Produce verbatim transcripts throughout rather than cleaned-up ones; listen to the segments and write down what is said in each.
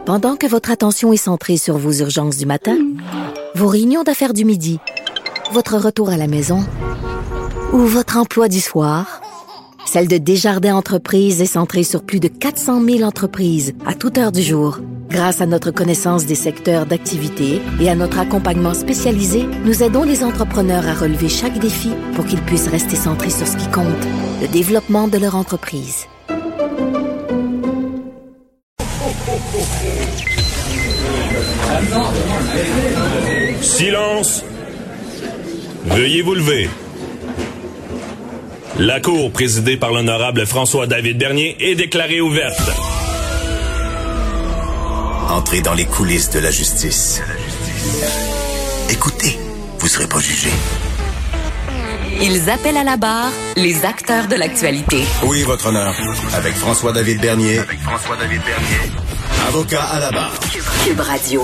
Pendant que votre attention est centrée sur vos urgences du matin, vos réunions d'affaires du midi, votre retour à la maison ou votre emploi du soir, celle de Desjardins Entreprises est centrée sur plus de quatre cent mille entreprises à toute heure du jour. Grâce à notre connaissance des secteurs d'activité et à notre accompagnement spécialisé, nous aidons les entrepreneurs à relever chaque défi pour qu'ils puissent rester centrés sur ce qui compte, le développement de leur entreprise. Silence! Veuillez vous lever. La cour, présidée par l'honorable François-David Bernier, est déclarée ouverte. Entrez dans les coulisses de la justice. Écoutez, vous serez pas jugé. Ils appellent à la barre les acteurs de l'actualité. Oui, votre honneur. Avec François-David Bernier. Avec François-David Bernier. Avocat à la barre. Cube Radio.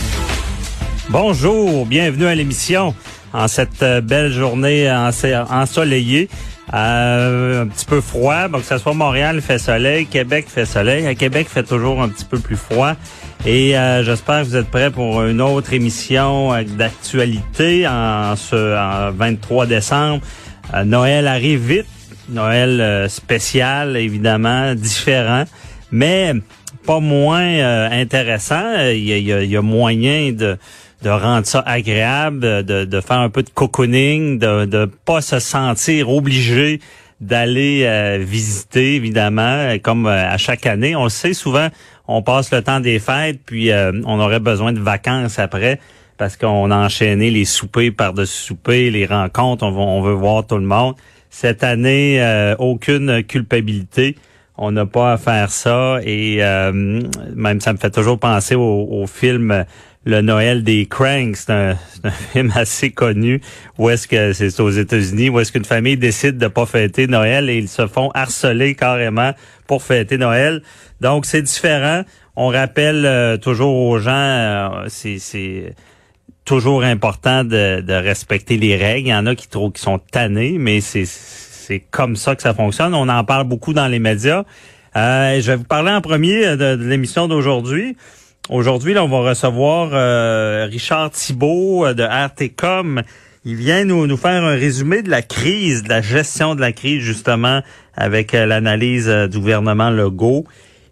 Bonjour, bienvenue à l'émission en cette belle journée ensoleillée. Euh, un petit peu froid, bon, que ce soit Montréal, il fait soleil, Québec fait soleil. À Québec, il fait toujours un petit peu plus froid. Et euh, j'espère que vous êtes prêts pour une autre émission d'actualité en ce en vingt-trois décembre. Euh, Noël arrive vite. Noël euh, spécial, évidemment, différent, mais pas moins euh, intéressant. Il y a, il y a, il y a moyen de de rendre ça agréable, de, de faire un peu de cocooning, de de pas se sentir obligé d'aller euh, visiter, évidemment, comme euh, à chaque année. On le sait, souvent, on passe le temps des fêtes, puis euh, on aurait besoin de vacances après, parce qu'on a enchaîné les soupers par-dessus soupers, les rencontres, on, va, on veut voir tout le monde. Cette année, euh, aucune culpabilité. On n'a pas à faire ça, et euh, même ça me fait toujours penser au, au film Le Noël des Cranks. C'est un, c'est un film assez connu, où est-ce que c'est aux États-Unis, où est-ce qu'une famille décide de pas fêter Noël et ils se font harceler carrément pour fêter Noël. Donc c'est différent. On rappelle euh, toujours aux gens, euh, c'est, c'est toujours important de, de respecter les règles. Il y en a qui trouvent qui sont tannés, mais c'est c'est comme ça que ça fonctionne. On en parle beaucoup dans les médias. Euh, je vais vous parler en premier de, de l'émission d'aujourd'hui. Aujourd'hui, là, on va recevoir euh, Richard Thibault de R T Com. Il vient nous nous faire un résumé de la crise, de la gestion de la crise, justement, avec euh, l'analyse euh, du gouvernement Legault.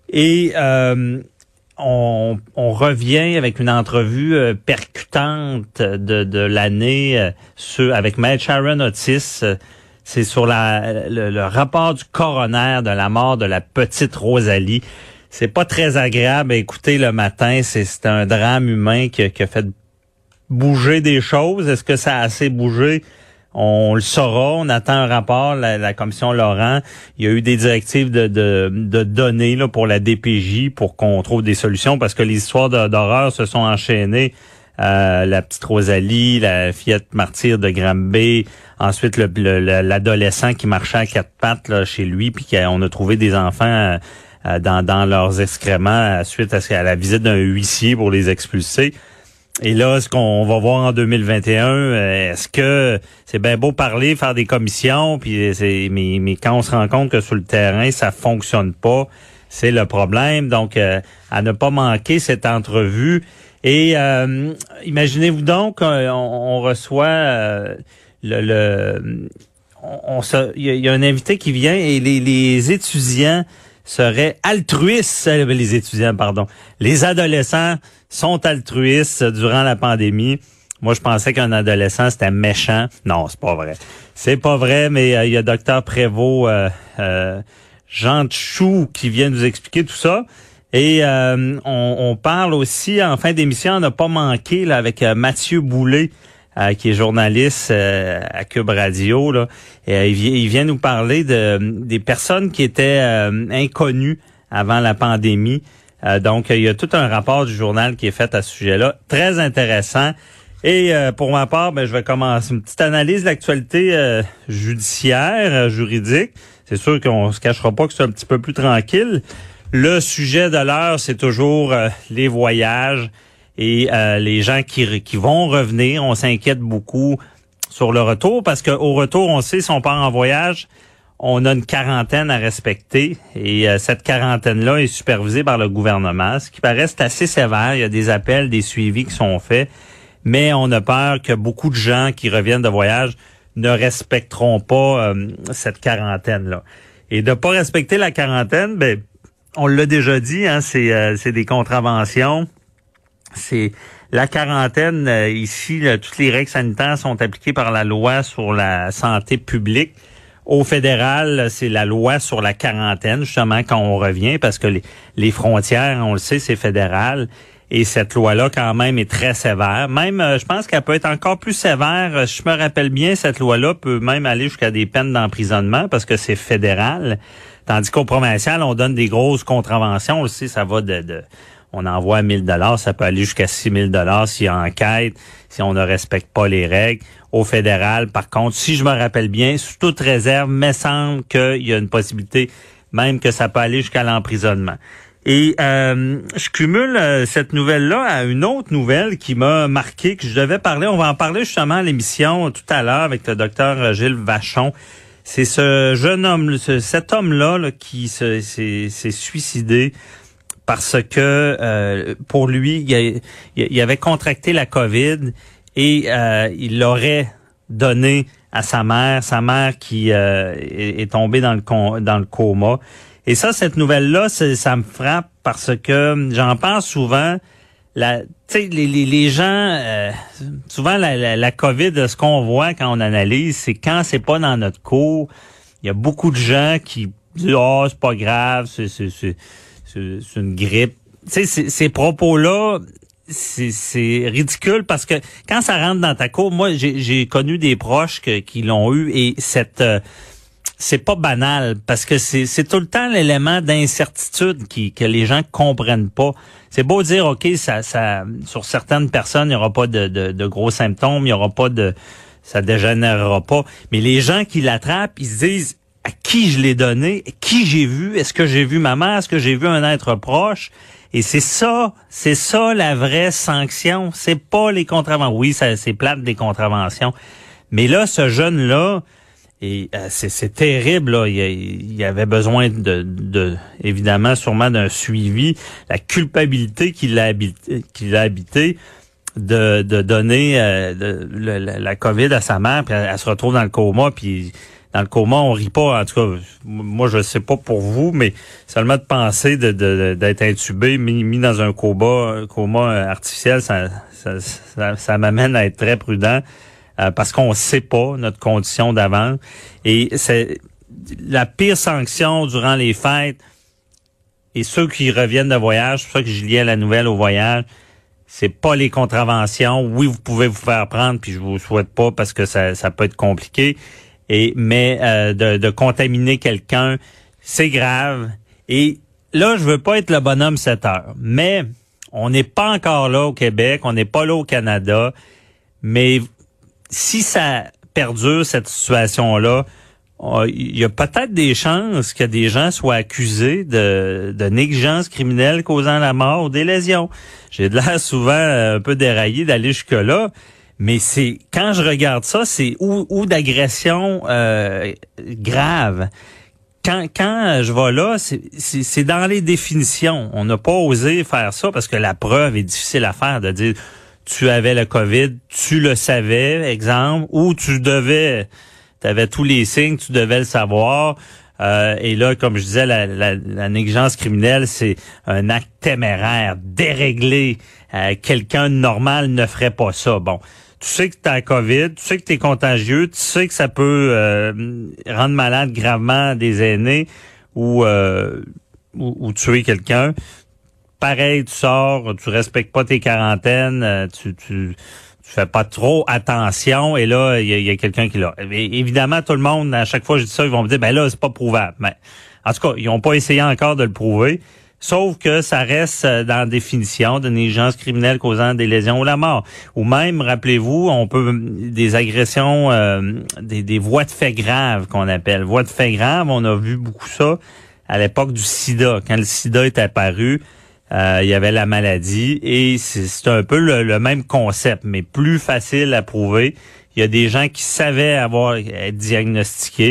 Et euh, on, on revient avec une entrevue euh, percutante de, de l'année euh, sur, avec Maître Sharon Otis. Euh, c'est sur la, le, le rapport du coroner de la mort de la petite Rosalie. C'est pas très agréable à écouter le matin. C'est, c'est un drame humain qui, qui a fait bouger des choses. Est-ce que ça a assez bougé? On le saura. On attend un rapport, la, la commission Laurent. Il y a eu des directives de, de, de données là, pour la D P J pour qu'on trouve des solutions, parce que les histoires de, d'horreur se sont enchaînées. Euh, la petite Rosalie, la fillette martyre de Granby, ensuite le, le, l'adolescent qui marchait à quatre pattes là, chez lui, puis qu'on a trouvé des enfants euh, dans, dans leurs excréments suite à, à la visite d'un huissier pour les expulser. Et là, ce qu'on va voir en deux mille vingt et un, est-ce que c'est bien beau parler, faire des commissions, puis c'est, mais, mais quand on se rend compte que sur le terrain, ça fonctionne pas, c'est le problème. Donc, euh, à ne pas manquer cette entrevue. Et euh, imaginez-vous donc, on, on reçoit euh, le, le on, on se, il y, y a un invité qui vient et les, les étudiants seraient altruistes, les étudiants, pardon, les adolescents sont altruistes durant la pandémie. Moi, je pensais qu'un adolescent, c'était méchant. Non, c'est pas vrai. C'est pas vrai, mais euh, il y a docteur Prévost, euh, euh, Jean Chou, qui vient nous expliquer tout ça. Et euh, on, on parle aussi, en fin d'émission, on n'a pas manqué là, avec euh, Mathieu Boulay, euh, qui est journaliste euh, à Cube Radio. Là. Et, euh, il, vient, il vient nous parler de des personnes qui étaient euh, inconnues avant la pandémie. Euh, donc, il y a tout un rapport du journal qui est fait à ce sujet-là. Très intéressant. Et euh, pour ma part, ben, je vais commencer une petite analyse de l'actualité euh, judiciaire, euh, juridique. C'est sûr qu'on se cachera pas que c'est un petit peu plus tranquille. Le sujet de l'heure, c'est toujours euh, les voyages et euh, les gens qui, qui vont revenir. On s'inquiète beaucoup sur le retour parce qu'au retour, on sait, si on part en voyage, on a une quarantaine à respecter et euh, cette quarantaine-là est supervisée par le gouvernement, ce qui paraît assez sévère. Il y a des appels, des suivis qui sont faits, mais on a peur que beaucoup de gens qui reviennent de voyage ne respecteront pas euh, cette quarantaine-là. Et de pas respecter la quarantaine, ben on l'a déjà dit, hein, c'est euh, c'est des contraventions. C'est la quarantaine, euh, ici, là, toutes les règles sanitaires sont appliquées par la loi sur la santé publique. Au fédéral, c'est la loi sur la quarantaine, justement, quand on revient, parce que les, les frontières, on le sait, c'est fédéral. Et cette loi-là, quand même, est très sévère. Même, euh, je pense qu'elle peut être encore plus sévère. Je me rappelle bien, cette loi-là peut même aller jusqu'à des peines d'emprisonnement, parce que c'est fédéral. Tandis qu'au provincial, on donne des grosses contraventions. On le sait, ça va de... de on envoie mille dollars, ça peut aller jusqu'à six mille dollars s'il y a enquête, si on ne respecte pas les règles. Au fédéral, par contre, si je me rappelle bien, sous toute réserve, me semble qu'il y a une possibilité même que ça peut aller jusqu'à l'emprisonnement. Et euh, je cumule euh, cette nouvelle-là à une autre nouvelle qui m'a marqué, que je devais parler. On va en parler justement à l'émission tout à l'heure avec le docteur Gilles Vachon. C'est ce jeune homme, ce, cet homme-là là, qui se, s'est, s'est suicidé parce que euh, pour lui, il, a, il avait contracté la COVID et euh, il l'aurait donné à sa mère, sa mère qui euh, est, est tombée dans le dans le coma. Et ça, cette nouvelle-là, c'est, ça me frappe parce que j'en pense souvent. La, tu sais, les, les, les gens, euh, souvent la, la, la COVID, ce qu'on voit quand on analyse, c'est quand c'est pas dans notre cours, il y a beaucoup de gens qui disent oh c'est pas grave, c'est c'est c'est c'est, c'est une grippe. Tu sais, ces propos-là, c'est, c'est ridicule parce que quand ça rentre dans ta cour, moi j'ai, j'ai connu des proches que, qui l'ont eu et cette euh, c'est pas banal parce que c'est, c'est tout le temps l'élément d'incertitude qui, que les gens comprennent pas. C'est beau dire, OK, ça, ça, sur certaines personnes, il n'y aura pas de, de, de gros symptômes, il n'y aura pas de, ça dégénérera pas. Mais les gens qui l'attrapent, ils se disent, à qui je l'ai donné? Qui j'ai vu? Est-ce que j'ai vu ma mère? Est-ce que j'ai vu un être proche? Et c'est ça, c'est ça la vraie sanction. C'est pas les contraventions. Oui, ça, c'est plate des contraventions. Mais là, ce jeune-là, et euh, c'est, c'est terrible, là. Il, il avait besoin de, de, évidemment, sûrement d'un suivi. La culpabilité qui l'a habité, qui l'a habité de, de donner euh, de, la, la COVID à sa mère, puis elle, elle se retrouve dans le coma, puis dans le coma, on rit pas. En tout cas, moi, je sais pas pour vous, mais seulement de penser de, de, d'être intubé, mis, mis dans un coma, un coma artificiel, ça, ça, ça, ça m'amène à être très prudent. Euh, parce qu'on sait pas notre condition d'avant. Et c'est la pire sanction durant les fêtes. Et ceux qui reviennent de voyage, c'est pour ça que je liais la nouvelle au voyage, c'est pas les contraventions. Oui, vous pouvez vous faire prendre, puis je vous souhaite pas parce que ça, ça peut être compliqué. Et mais euh, de, de contaminer quelqu'un, c'est grave. Et là, je veux pas être le bonhomme sept heures. Mais on n'est pas encore là au Québec, on n'est pas là au Canada. Mais si ça perdure, cette situation-là, il y a peut-être des chances que des gens soient accusés de, de négligence criminelle causant la mort ou des lésions. J'ai de l'air souvent un peu déraillé d'aller jusque-là, mais c'est quand je regarde ça, c'est ou, ou d'agression euh, grave. Quand, quand je vais là, c'est, c'est, c'est dans les définitions. On n'a pas osé faire ça parce que la preuve est difficile à faire, de dire tu avais le COVID, tu le savais, exemple, ou tu devais, tu avais tous les signes, tu devais le savoir. Euh, et là, comme je disais, la, la, la négligence criminelle, c'est un acte téméraire, déréglé. Euh, quelqu'un de normal ne ferait pas ça. Bon, tu sais que tu as la COVID, tu sais que tu es contagieux, tu sais que ça peut euh, rendre malade gravement des aînés ou, euh, ou, ou tuer quelqu'un. Pareil, tu sors, tu respectes pas tes quarantaines, tu, tu, tu fais pas trop attention, et là, il y a, y a quelqu'un qui l'a. Et évidemment, tout le monde, à chaque fois que je dis ça, ils vont me dire, ben là, c'est pas prouvable. Mais, en tout cas, ils ont pas essayé encore de le prouver, sauf que ça reste dans la définition de négligence criminelle causant des lésions ou la mort. Ou même, rappelez-vous, on peut, des agressions, euh, des, des voies de fait graves qu'on appelle. Voies de fait graves, on a vu beaucoup ça à l'époque du sida. Quand le sida est apparu, Euh, il y avait la maladie et c'est, c'est un peu le, le même concept, mais plus facile à prouver. Il y a des gens qui savaient avoir être diagnostiqués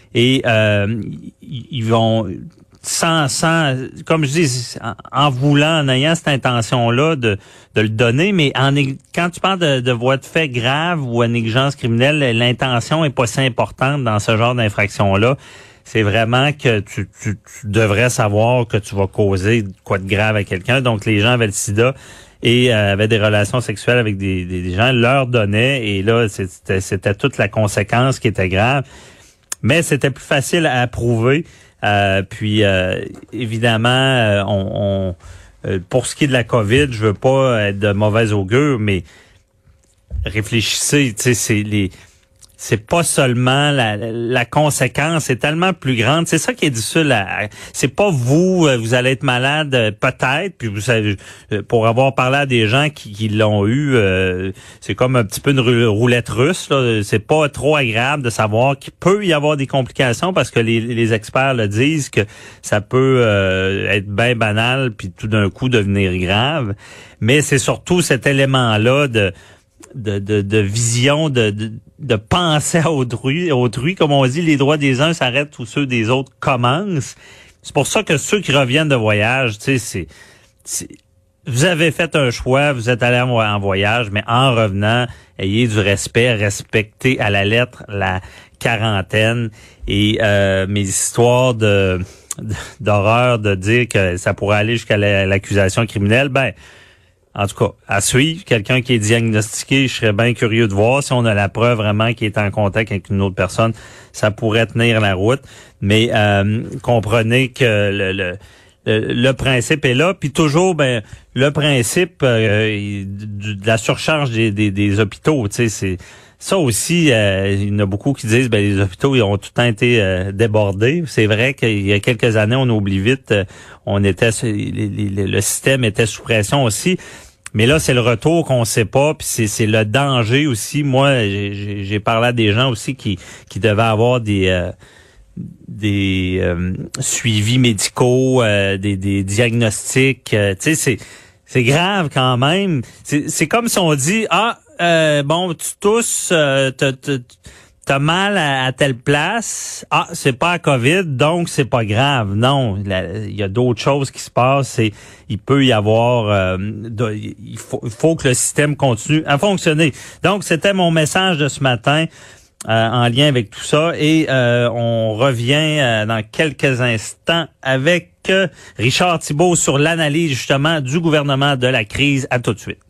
et euh, ils vont sans sans comme je dis en, en voulant, en ayant cette intention-là de de le donner, mais en quand tu parles de, de voies de fait graves ou à négligence criminelle, l'intention est pas si importante dans ce genre d'infraction-là. C'est vraiment que tu, tu, tu devrais savoir que tu vas causer quoi de grave à quelqu'un. Donc, les gens avaient le sida et euh, avaient des relations sexuelles avec des, des, des gens, leur donnaient, et là, c'était, c'était toute la conséquence qui était grave. Mais c'était plus facile à prouver. Euh, puis, euh, évidemment, euh, on, on euh, pour ce qui est de la COVID, je veux pas être de mauvais augure, mais réfléchissez, tu sais, c'est les... C'est pas seulement la, la conséquence, c'est tellement plus grande. C'est ça qui est difficile. À, c'est pas vous, vous allez être malade peut-être, puis vous savez, pour avoir parlé à des gens qui, qui l'ont eu, euh, c'est comme un petit peu une roulette russe. Là. C'est pas trop agréable de savoir qu'il peut y avoir des complications parce que les, les experts le disent que ça peut euh, être bien banal puis tout d'un coup devenir grave. Mais c'est surtout cet élément-là de De, de, de vision, de, de, de penser à autrui, autrui. Comme on dit, les droits des uns s'arrêtent où ceux des autres commencent. C'est pour ça que ceux qui reviennent de voyage, tu sais, c'est, c'est, vous avez fait un choix, vous êtes allé en, en voyage, mais en revenant, ayez du respect, respectez à la lettre la quarantaine. Et euh, mes histoires de, de d'horreur de dire que ça pourrait aller jusqu'à la, l'accusation criminelle, ben en tout cas, à suivre, quelqu'un qui est diagnostiqué, je serais bien curieux de voir si on a la preuve vraiment qu'il est en contact avec une autre personne, ça pourrait tenir la route. Mais euh, comprenez que le, le, le, le principe est là. Puis toujours, ben le principe euh, de la surcharge des, des, des hôpitaux, tu sais, c'est ça aussi. Euh, il y en a beaucoup qui disent, ben les hôpitaux ils ont tout le temps été euh, débordés. C'est vrai qu'il y a quelques années, on oublie vite, euh, on était, les, les, le système était sous pression aussi. Mais là, c'est le retour qu'on sait pas, puis c'est, c'est le danger aussi. Moi, j'ai, j'ai parlé à des gens aussi qui, qui devaient avoir des euh, des euh, suivis médicaux, euh, des, des diagnostics. Euh, tu sais, c'est c'est grave quand même. C'est, c'est comme si on dit ah euh, bon, tu tousses, euh, t'as, t'as, t'as mal à, à telle place. Ah, c'est pas la COVID, donc c'est pas grave. Non, il y a d'autres choses qui se passent. Et il peut y avoir, euh, de, il faut, il faut que le système continue à fonctionner. Donc, c'était mon message de ce matin euh, en lien avec tout ça. Et euh, on revient euh, dans quelques instants avec euh, Richard Thibault sur l'analyse justement du gouvernement de la crise. À tout de suite.